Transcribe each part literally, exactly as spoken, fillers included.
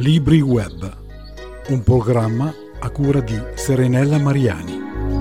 Libri Web, un programma a cura di Serenella Mariani.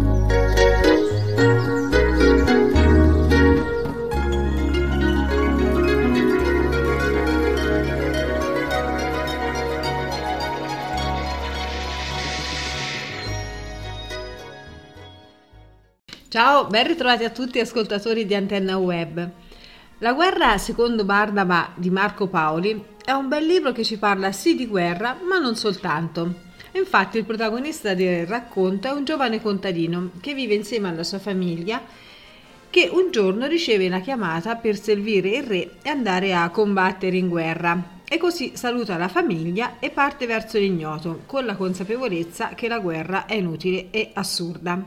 Ciao, ben ritrovati a tutti ascoltatori di Antenna Web. La guerra secondo Barnaba di Marco Paoli è un bel libro che ci parla sì di guerra, ma non soltanto. Infatti il protagonista del racconto è un giovane contadino che vive insieme alla sua famiglia, che un giorno riceve la chiamata per servire il re e andare a combattere in guerra. E così saluta la famiglia e parte verso l'ignoto, con la consapevolezza che la guerra è inutile e assurda.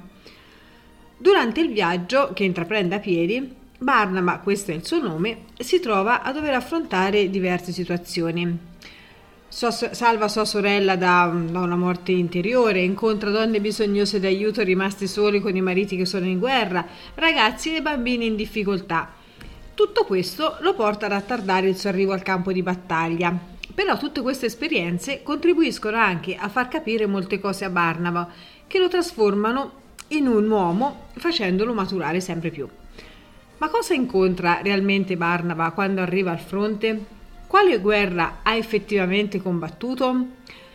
Durante il viaggio che intraprende a piedi, Barnaba, questo è il suo nome, si trova a dover affrontare diverse situazioni. Sua, salva sua sorella da, da una morte interiore, incontra donne bisognose di aiuto rimasti soli con i mariti che sono in guerra, ragazzi e bambini in difficoltà. Tutto questo lo porta a rattardare il suo arrivo al campo di battaglia. Però tutte queste esperienze contribuiscono anche a far capire molte cose a Barnaba, che lo trasformano in un uomo facendolo maturare sempre più. Ma cosa incontra realmente Barnaba quando arriva al fronte? Quale guerra ha effettivamente combattuto?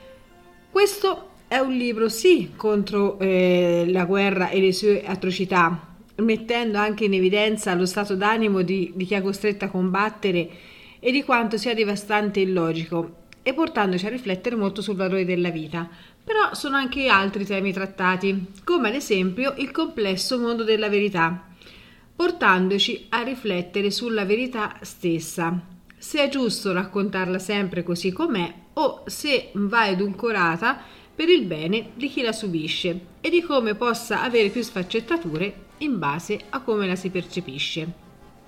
Questo è un libro sì contro eh, la guerra e le sue atrocità, mettendo anche in evidenza lo stato d'animo di, di chi è costretto a combattere e di quanto sia devastante e illogico, e portandoci a riflettere molto sul valore della vita. Però sono anche altri temi trattati, come ad esempio il complesso mondo della verità, portandoci a riflettere sulla verità stessa, se è giusto raccontarla sempre così com'è o se va edulcorata per il bene di chi la subisce e di come possa avere più sfaccettature in base a come la si percepisce.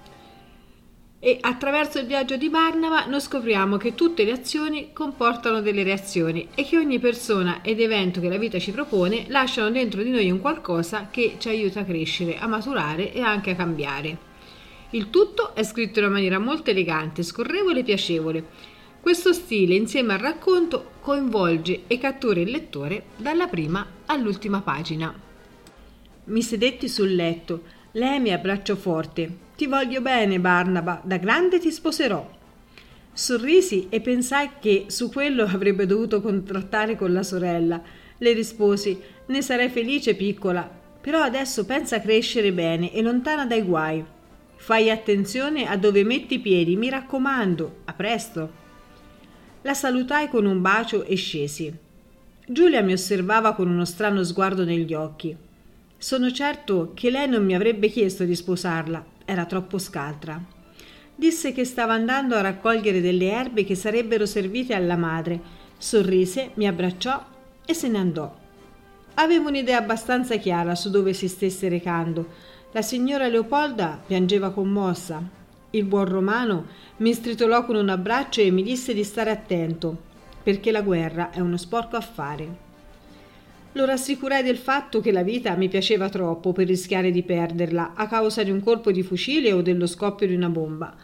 E attraverso il viaggio di Barnaba noi scopriamo che tutte le azioni comportano delle reazioni e che ogni persona ed evento che la vita ci propone lasciano dentro di noi un qualcosa che ci aiuta a crescere, a maturare e anche a cambiare. Il tutto è scritto in una maniera molto elegante, scorrevole e piacevole. Questo stile insieme al racconto coinvolge e cattura il lettore dalla prima all'ultima pagina. Mi sedetti sul letto, lei mi abbracciò forte. Ti voglio bene, Barnaba, da grande ti sposerò. Sorrisi e pensai che su quello avrebbe dovuto contrattare con la sorella. Le risposi: ne sarei felice, piccola, però adesso pensa a crescere bene e lontana dai guai. Fai attenzione a dove metti i piedi, mi raccomando, a presto. La salutai con un bacio e scesi. Giulia mi osservava con uno strano sguardo negli occhi. Sono certo che lei non mi avrebbe chiesto di sposarla, era troppo scaltra. Disse che stava andando a raccogliere delle erbe che sarebbero servite alla madre, sorrise, mi abbracciò e se ne andò. Avevo un'idea abbastanza chiara su dove si stesse recando. La signora Leopolda piangeva commossa. Il buon Romano mi stritolò con un abbraccio e mi disse di stare attento, perché la guerra è uno sporco affare. Lo rassicurai del fatto che la vita mi piaceva troppo per rischiare di perderla a causa di un colpo di fucile o dello scoppio di una bomba.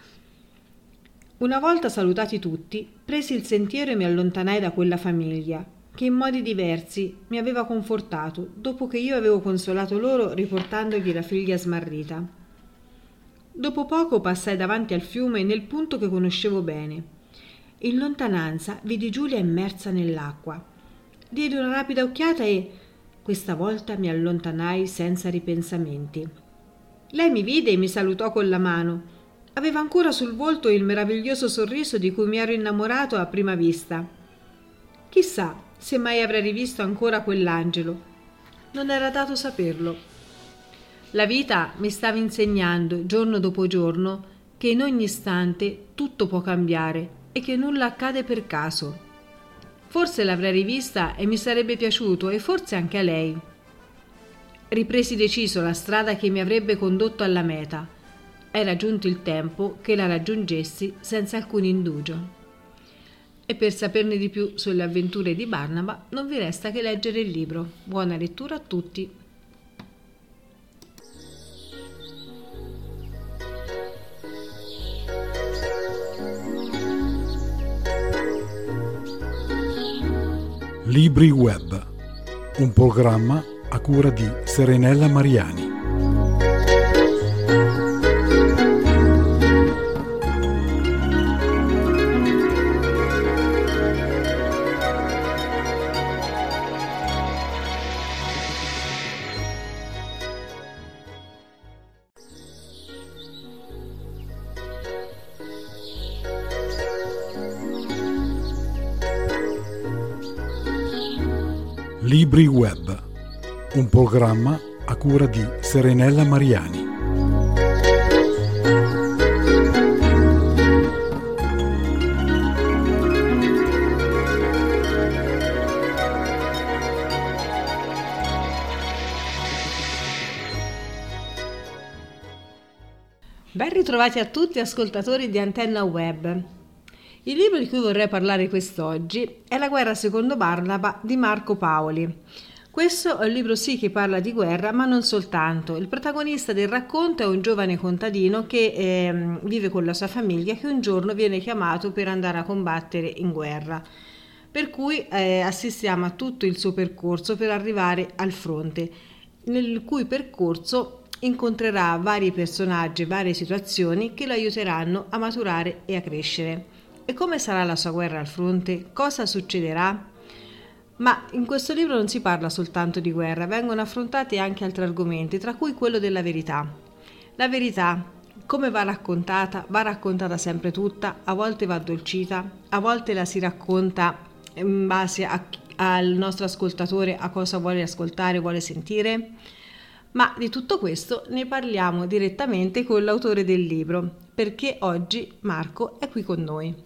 Una volta salutati tutti, presi il sentiero e mi allontanai da quella famiglia, che in modi diversi mi aveva confortato dopo che io avevo consolato loro riportandogli la figlia smarrita. Dopo poco passai davanti al fiume nel punto che conoscevo bene. In lontananza vidi Giulia immersa nell'acqua. Diedi una rapida occhiata e questa volta mi allontanai senza ripensamenti. Lei mi vide e mi salutò con la mano. Aveva ancora sul volto il meraviglioso sorriso di cui mi ero innamorato a prima vista. Chissà se mai avrei rivisto ancora quell'angelo. Non era dato saperlo. La vita mi stava insegnando giorno dopo giorno che in ogni istante tutto può cambiare e che nulla accade per caso. Forse l'avrei rivista e mi sarebbe piaciuto, e forse anche a lei. Ripresi deciso la strada che mi avrebbe condotto alla meta. Era giunto il tempo che la raggiungessi senza alcun indugio. E per saperne di più sulle avventure di Barnaba non vi resta che leggere il libro. Buona lettura a tutti! Libri Web, un programma a cura di Serenella Mariani. Libri Web, un programma a cura di Serenella Mariani. Ben ritrovati a tutti ascoltatori di Antenna Web. Il libro di cui vorrei parlare quest'oggi è La guerra secondo Barnaba di Marco Paoli. Questo è un libro sì che parla di guerra, ma non soltanto. Il protagonista del racconto è un giovane contadino che eh, vive con la sua famiglia, che un giorno viene chiamato per andare a combattere in guerra. Per cui eh, assistiamo a tutto il suo percorso per arrivare al fronte, nel cui percorso incontrerà vari personaggi, varie situazioni che lo aiuteranno a maturare e a crescere. E come sarà la sua guerra al fronte? Cosa succederà? Ma in questo libro non si parla soltanto di guerra, vengono affrontati anche altri argomenti, tra cui quello della verità. La verità, come va raccontata? Va raccontata sempre tutta, a volte va addolcita, a volte la si racconta in base a, al nostro ascoltatore, a cosa vuole ascoltare, vuole sentire. Ma di tutto questo ne parliamo direttamente con l'autore del libro, perché oggi Marco è qui con noi.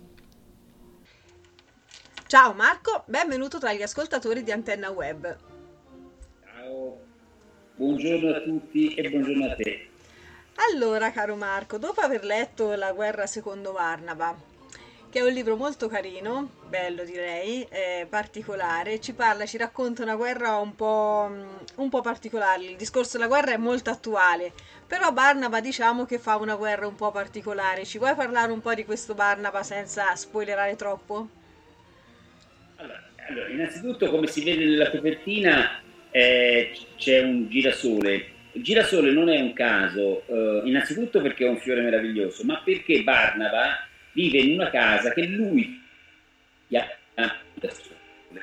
Ciao Marco, benvenuto tra gli ascoltatori di Antenna Web. Ciao, buongiorno a tutti e buongiorno a te. Allora, caro Marco, dopo aver letto La guerra secondo Barnaba, che è un libro molto carino, bello direi, eh, particolare, ci parla, ci racconta una guerra un po', un po' particolare. Il discorso della guerra è molto attuale, però Barnaba diciamo che fa una guerra un po' particolare. Ci vuoi parlare un po' di questo Barnaba senza spoilerare troppo? Allora, allora, innanzitutto, come si vede nella copertina, eh, c'è un girasole. Il girasole non è un caso, eh, innanzitutto perché è un fiore meraviglioso, ma perché Barnaba vive in una casa che lui chiama da sole.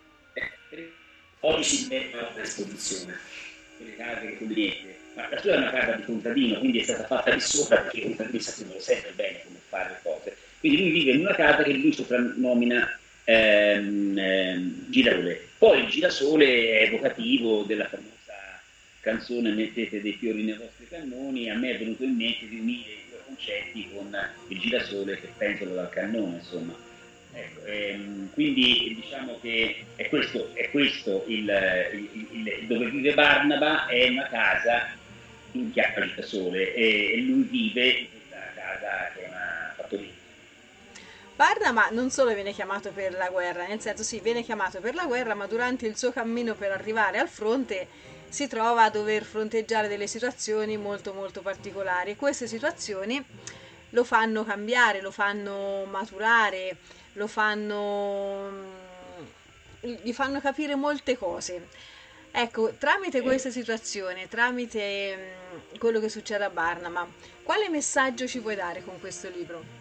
Oggi si mette a esposizione, le case che conveniente, ma la sua è una casa di contadino, quindi è stata fatta di sopra perché i contadini sapevano sempre bene come fare le cose. Quindi lui vive in una casa che lui soprannomina Ehm, ehm, girasole. Poi il girasole è evocativo della famosa canzone Mettete dei fiori nei vostri cannoni. A me è venuto in mente di unire i due concetti con il girasole che pentola dal cannone, insomma. Ecco, ehm, quindi diciamo che è questo, è questo il, il, il, dove vive Barnaba, è una casa in chiappa girasole e, e lui vive in questa casa che è una fattoria. Barnaba non solo viene chiamato per la guerra, nel senso sì, viene chiamato per la guerra, ma durante il suo cammino per arrivare al fronte si trova a dover fronteggiare delle situazioni molto molto particolari. Queste situazioni lo fanno cambiare, lo fanno maturare, lo fanno gli fanno capire molte cose. Ecco, tramite queste situazioni, tramite quello che succede a Barnaba, quale messaggio ci vuoi dare con questo libro?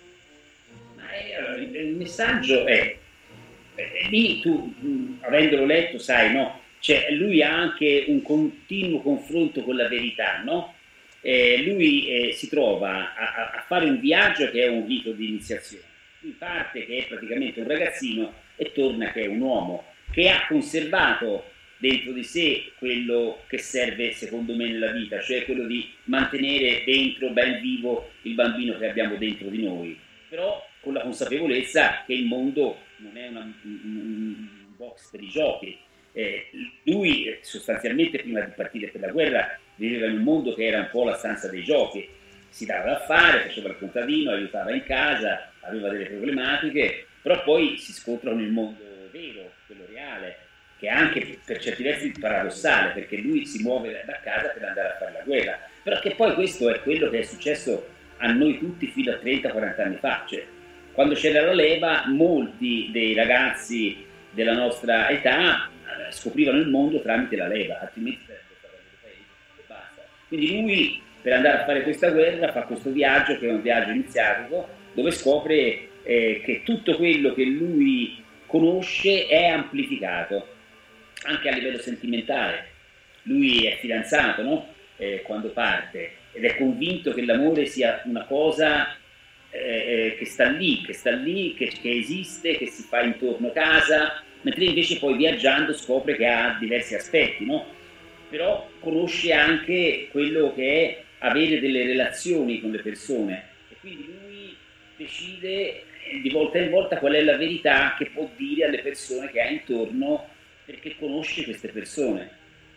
Allora, il messaggio è, è lì tu, avendolo letto, sai, no? Cioè, lui ha anche un continuo confronto con la verità, no? Eh, lui eh, si trova a, a fare un viaggio che è un rito di iniziazione. Lui parte che è praticamente un ragazzino e torna che è un uomo, che ha conservato dentro di sé quello che serve secondo me nella vita, cioè quello di mantenere dentro ben vivo il bambino che abbiamo dentro di noi. Però con la consapevolezza che il mondo non è una, un, un box per i giochi. Eh, lui sostanzialmente prima di partire per la guerra viveva in un mondo che era un po' la stanza dei giochi, si dava da fare, faceva il contadino, aiutava in casa, aveva delle problematiche, però poi si scontra con il mondo vero, quello reale, che è anche per certi versi paradossale, perché lui si muove da casa per andare a fare la guerra, però che poi questo è quello che è successo a noi tutti fino a trenta quaranta anni fa, cioè quando c'era la leva molti dei ragazzi della nostra età eh, scoprivano il mondo tramite la leva, altrimenti sarebbe stato il paese e basta. Quindi lui, per andare a fare questa guerra, fa questo viaggio, che è un viaggio iniziatico, dove scopre eh, che tutto quello che lui conosce è amplificato, anche a livello sentimentale. Lui è fidanzato, no? Eh, quando parte, ed è convinto che l'amore sia una cosa eh, che sta lì, che sta lì, che, che esiste, che si fa intorno a casa, mentre invece poi viaggiando scopre che ha diversi aspetti, no? Però conosce anche quello che è avere delle relazioni con le persone, e quindi lui decide di volta in volta qual è la verità che può dire alle persone che ha intorno, perché conosce queste persone.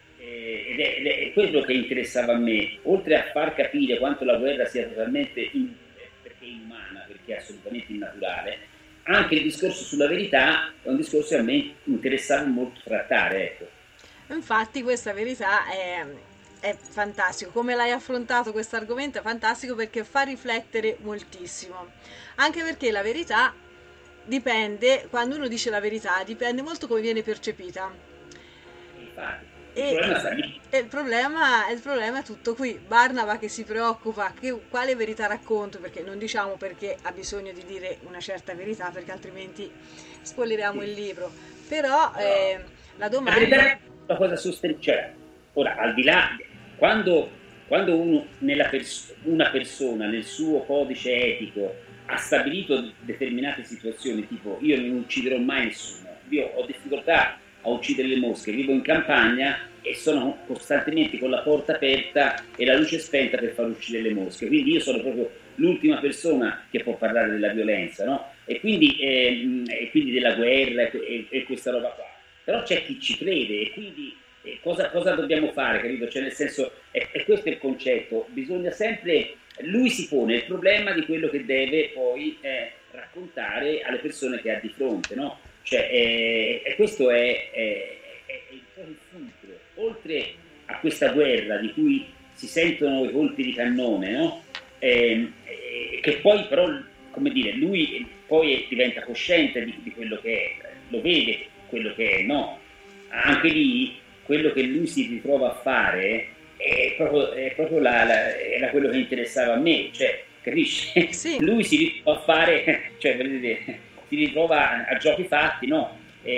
Ed è, ed è quello che interessava a me, oltre a far capire quanto la guerra sia totalmente in, perché inumana, perché è assolutamente innaturale, anche il discorso sulla verità è un discorso che a me interessava molto trattare, ecco. Infatti questa verità è, è fantastico, come l'hai affrontato questo argomento è fantastico, perché fa riflettere moltissimo, anche perché la verità dipende, quando uno dice la verità, dipende molto come viene percepita. Infatti. E il problema, e il, problema, il problema è tutto qui. Barnaba che si preoccupa che, quale verità racconto, perché non diciamo perché ha bisogno di dire una certa verità, perché altrimenti spoileriamo sì. il libro. Però eh, la domanda la verità è una cosa sostenibile. Cioè, ora, al di là, quando, quando uno, nella pers- una persona nel suo codice etico ha stabilito determinate situazioni, tipo io non ucciderò mai nessuno, io ho difficoltà a uccidere le mosche, vivo in campagna e sono costantemente con la porta aperta e la luce spenta per far uccidere le mosche, quindi io sono proprio l'ultima persona che può parlare della violenza, no? E quindi, eh, e quindi della guerra e, e questa roba qua. Però c'è chi ci crede, e quindi eh, cosa, cosa dobbiamo fare, capito? Cioè, nel senso, è, è questo il concetto, bisogna sempre, lui si pone il problema di quello che deve poi eh, raccontare alle persone che ha di fronte, no? Cioè, eh, e questo è, è, è, è il fulcro. Oltre a questa guerra di cui si sentono i colpi di cannone, no? Eh, eh, che poi però, come dire, lui poi diventa cosciente di, di quello che è, lo vede quello che è, no? Anche lì, quello che lui si ritrova a fare è proprio, è proprio la, la, era quello che interessava a me, cioè, capisci? Sì. Lui si ritrova a fare, cioè, vedete, si ritrova a giochi fatti, no?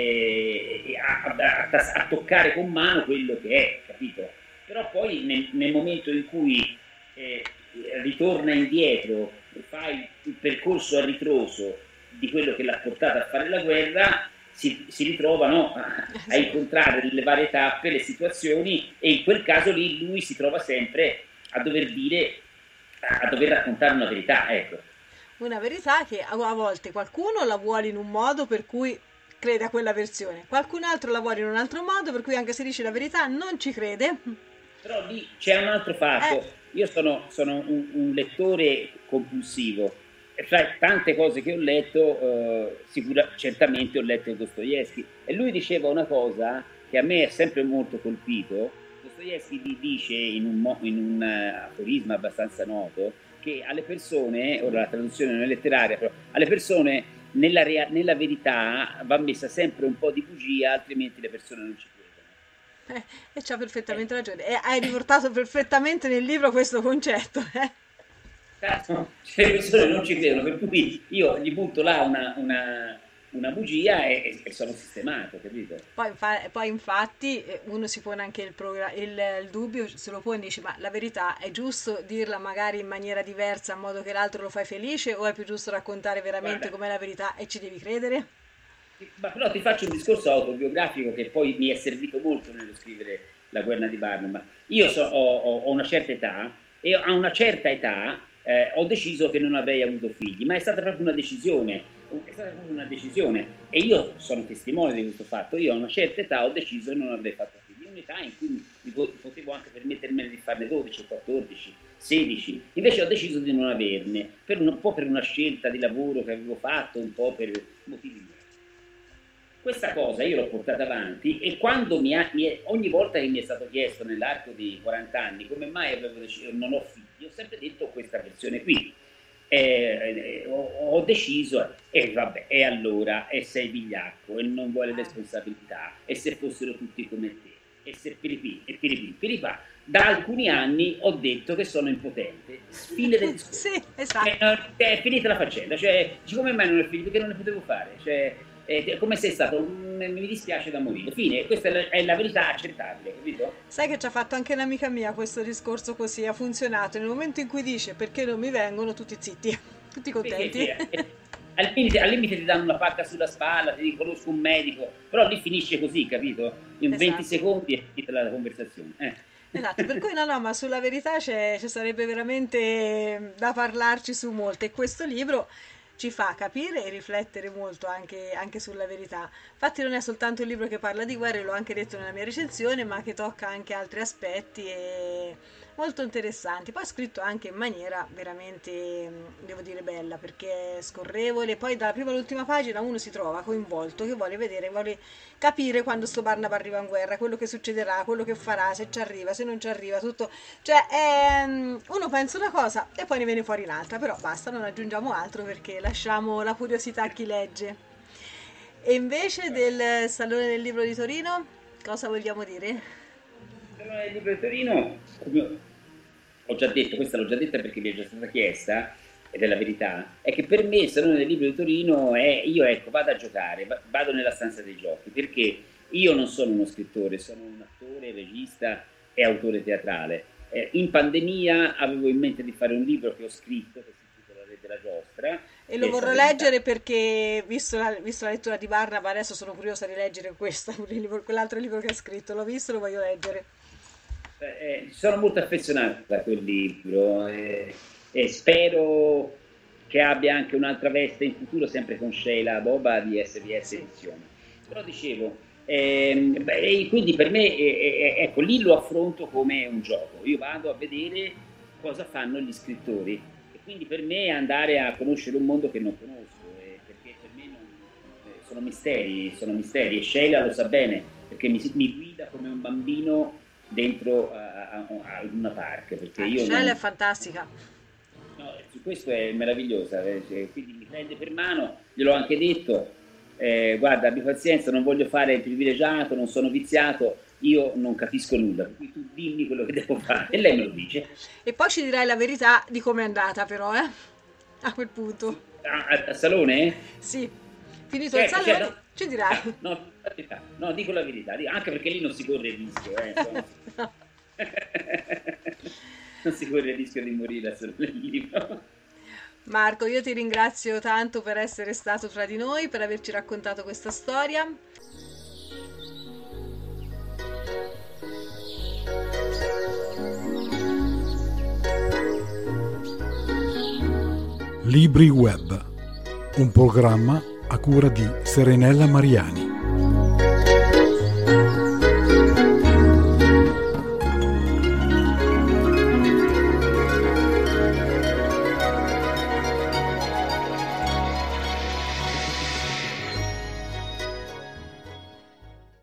E, a, a, a, a toccare con mano quello che è, capito? Però poi nel, nel momento in cui eh, ritorna indietro, fa il, il percorso a ritroso di quello che l'ha portato a fare la guerra, si, si ritrova, no, a, a incontrare le varie tappe, le situazioni, e in quel caso lì lui si trova sempre a dover dire, a dover raccontare una verità, ecco. Una verità che a volte qualcuno la vuole in un modo per cui crede a quella versione, qualcun altro la vuole in un altro modo per cui anche se dice la verità non ci crede. Però lì c'è un altro fatto, eh. io sono, sono un, un lettore compulsivo, e fra tante cose che ho letto, eh, sicura, certamente ho letto Dostoevskij, e lui diceva una cosa che a me è sempre molto colpito. Dostoevskij dice in un, in un aforisma abbastanza noto che alle persone, ora la traduzione non è letteraria, però alle persone nella, rea- nella verità va messa sempre un po' di bugia, altrimenti le persone non ci credono. Eh, e c'ha perfettamente eh. ragione. E hai riportato perfettamente nel libro questo concetto. Eh? Cazzo, le persone non ci credono, per cui io gli butto là una, una, una bugia e, e sono sistemato, capito? Poi, poi infatti uno si pone anche il, progra- il, il dubbio, se lo pone e dice: ma la verità è giusto dirla magari in maniera diversa in modo che l'altro lo fai felice, o è più giusto raccontare veramente com'è la verità e ci devi credere? Ma però ti faccio un discorso autobiografico che poi mi è servito molto nello scrivere La guerra di Barnaba. Io so, ho, ho una certa età e a una certa età eh, ho deciso che non avrei avuto figli, ma è stata proprio una decisione. È stata proprio una decisione e io sono testimone di questo fatto. Io a una certa età ho deciso che non avrei fatto figli, un'età in cui mi potevo anche permettermi di farne dodici, quattordici, sedici, invece ho deciso di non averne, per un, un po' per una scelta di lavoro che avevo fatto, un po' per motivi miei. Questa cosa io l'ho portata avanti e quando mi ha, mi è, ogni volta che mi è stato chiesto nell'arco di quaranta anni come mai avevo deciso non ho figli, ho sempre detto questa versione qui. eh, ho, ho deciso, e vabbè, e allora, e sei vigliacco, e non vuole responsabilità, e se fossero tutti come te, e se piripì, e piripì, piripà. Da alcuni anni ho detto che sono impotente, fine del discorso. Sì, esatto. È, è finita la faccenda, cioè, come mai non è finito? Perché non ne potevo fare, cioè, è come se è stato, mi dispiace da morire, fine, questa è la, è la verità accettabile, capito? Sai che ci ha fatto anche un'amica mia questo discorso così, ha funzionato, nel momento in cui dice perché non mi vengono, tutti zitti, tutti contenti. Perché, eh, al, limite, al limite ti danno una pacca sulla spalla, ti dicono conosco un medico, però lì finisce così, capito? In esatto. venti secondi è finita la conversazione. Eh. Esatto, per cui no, no, ma sulla verità c'è, ci sarebbe veramente da parlarci su molto, e questo libro ci fa capire e riflettere molto anche, anche sulla verità. Infatti non è soltanto un libro che parla di guerre, l'ho anche detto nella mia recensione, ma che tocca anche altri aspetti e molto interessanti. Poi è scritto anche in maniera veramente, devo dire, bella, perché è scorrevole. Poi dalla prima all'ultima pagina uno si trova coinvolto, che vuole vedere, vuole capire quando sto Barnaba arriva in guerra, quello che succederà, quello che farà, se ci arriva, se non ci arriva, tutto. Cioè, è, uno pensa una cosa e poi ne viene fuori un'altra, però basta, non aggiungiamo altro perché lasciamo la curiosità a chi legge. E invece del Salone del Libro di Torino, cosa vogliamo dire? Il Salone del Libro di Torino, ho già detto, questa l'ho già detta perché mi è già stata chiesta, ed è la verità, è che per me il Salone del Libro di Torino è, io ecco, vado a giocare, vado nella stanza dei giochi, perché io non sono uno scrittore, sono un attore, regista e autore teatrale. Eh, in pandemia avevo in mente di fare un libro che ho scritto, che si intitola Re della Giostra. E lo vorrò leggere perché, visto la, visto la lettura di Barnaba, adesso sono curiosa di leggere questo, quell'altro libro che ha scritto, l'ho visto, lo voglio leggere. Eh, sono molto affezionato a quel libro eh, e spero che abbia anche un'altra veste in futuro, sempre con Sheila Boba di S V S Edizione. Però dicevo, ehm, beh, quindi per me, eh, eh, ecco, lì lo affronto come un gioco. Io vado a vedere cosa fanno gli scrittori e quindi per me andare a conoscere un mondo che non conosco, eh, perché per me non, eh, sono misteri, sono misteri e Sheila lo sa bene perché mi, mi guida come un bambino dentro a, a, a una park, perché io Sheila non... è fantastica. No, su questo è meravigliosa, eh, quindi mi prende per mano, gliel'ho anche detto, eh, guarda, abbi pazienza, non voglio fare il privilegiato, non sono viziato, io non capisco nulla, per cui tu dimmi quello che devo fare, e lei me lo dice. E poi ci dirai la verità di come è andata però, eh? A quel punto. A, a Salone? Sì, finito certo, il Salone, certo. Ci dirai. No, no, dico la verità, anche perché lì non si corre il rischio, eh, no. Non si corre il rischio di morire solo nel libro. Marco, io ti ringrazio tanto per essere stato tra di noi, per averci raccontato questa storia. Libri Web, un programma a cura di Serenella Mariani.